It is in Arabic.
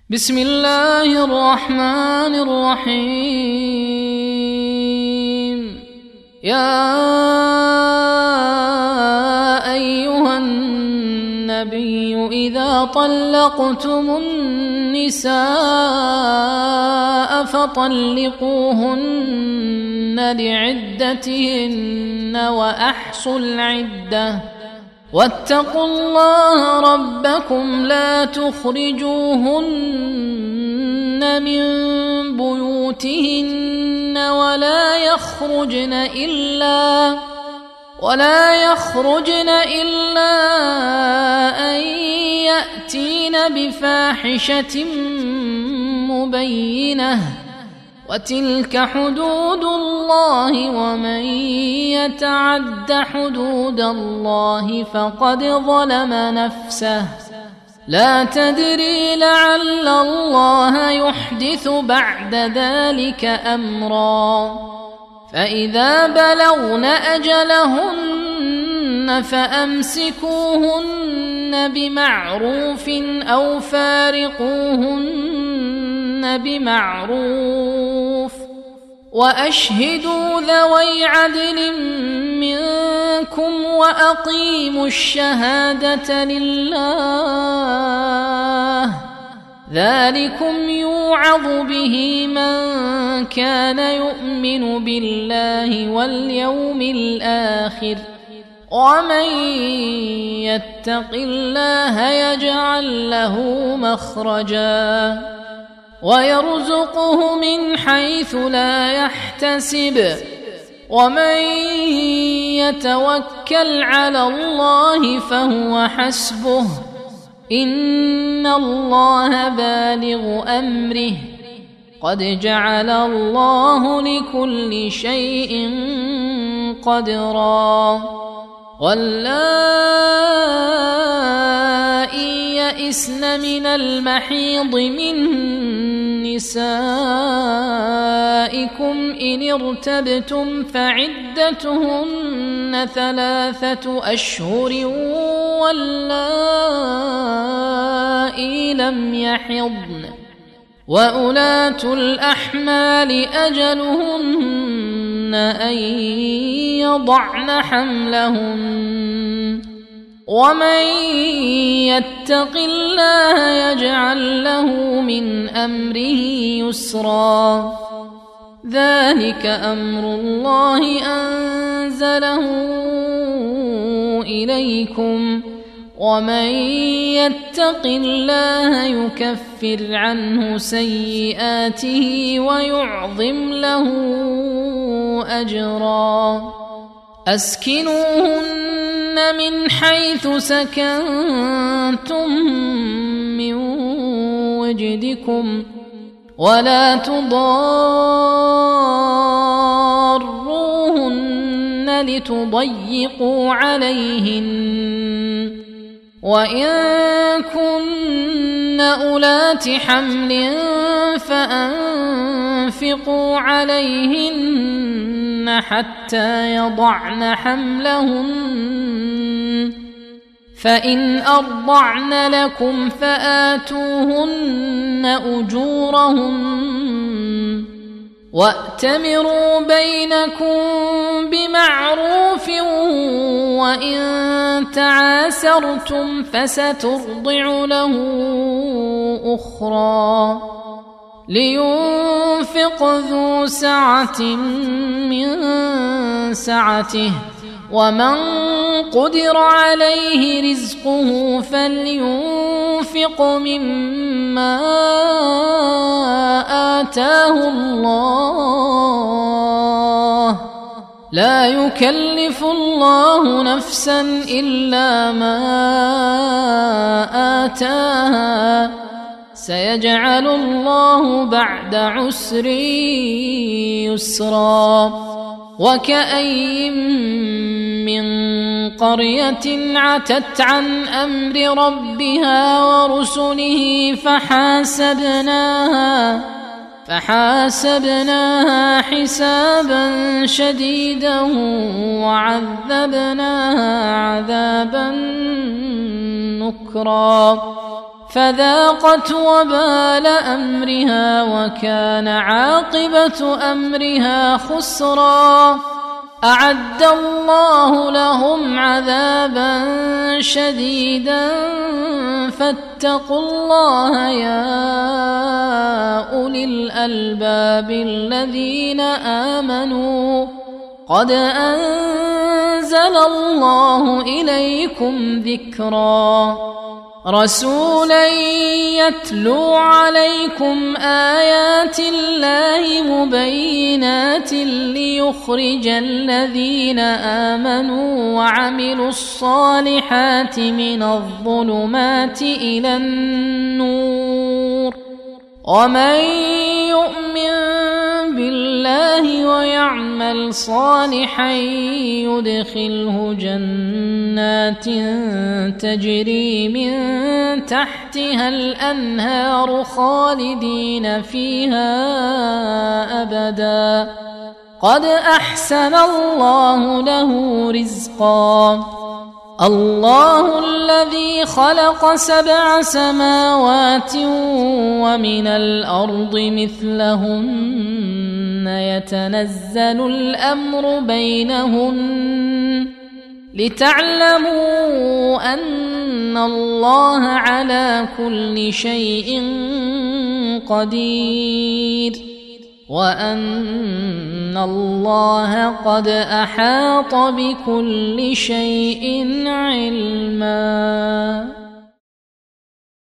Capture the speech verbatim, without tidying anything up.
بسم الله الرحمن الرحيم. يا أيها النبي إذا طلقتم النساء فطلقوهن لعدتهن وأحصوا العدة واتقوا الله ربكم لا تخرجوهن من بيوتهن ولا يخرجن إلا ولا يخرجن إلا أن يأتين بفاحشة مبينة وتلك حدود الله ومن يتعد حدود الله فقد ظلم نفسه لا تدري لعل الله يحدث بعد ذلك أمرا. فإذا بلغن أجلهن فأمسكوهن بمعروف أو فارقوهن بمعروف وأشهدوا ذوي عدل منكم وأقيموا الشهادة لله ذلكم يوعظ به من كان يؤمن بالله واليوم الآخر ومن يتق الله يجعل له مخرجا ويرزقه من حيث لا يحتسب ومن يتوكل على الله فهو حسبه إن الله بالغ أمره قد جعل الله لكل شيء قدرا. واللائي يئسن من المحيض من نسائكم إن ارتبتم فعدتهن ثلاثة أشهر واللائي لم يحضن وأولاة الأحمال أجلهن أن يضعن حملهن ومن يتق الله يجعل له من أمره يسرا. ذلك أمر الله أنزله إليكم ومن يتق الله يكفر عنه سيئاته ويعظم له أجرا. أسكنوهن من حيث سكنتم من وجدكم ولا تضاروهن لتضيقوا عليهن وإن كن أولات حمل فأنفقوا عليهن حتى يضعن حملهن فإن أرضعن لكم فآتوهن أجورهن وأتمروا بينكم بمعروف وإن تعاسرتم فسترضع له أخرى لينفق ذو سعة من سعته ومن قدر عليه رزقه فلينفق مما آتاه الله لا يكلف الله نفسا إلا ما آتاها سيجعل الله بعد عسر يسرا. وكأين من قرية عتت عن أمر ربها ورسله فحاسبناها فحاسبناها حسابا شديدا وعذبناها عذابا نكرا فذاقت وبال أمرها وكان عاقبة أمرها خسرا. أعد الله لهم عذابا شديدا فاتقوا الله يا أولي الألباب الذين آمنوا قد أنزل الله إليكم ذكرا رسولا يتلو عليكم آيات الله مبينات ليخرج الذين آمنوا وعملوا الصالحات من الظلمات إلى النور ومن يؤمن بالله ويعمل صالحا يدخله جنات تجري من تحتها الأنهار خالدين فيها أبدا قد أحسن الله له رزقا. الله الذي خلق سبع سماوات ومن الأرض مثلهن يتنزل الأمر بينهن لتعلموا أن الله على كل شيء قدير وأن الله قد أحاط بكل شيء علما.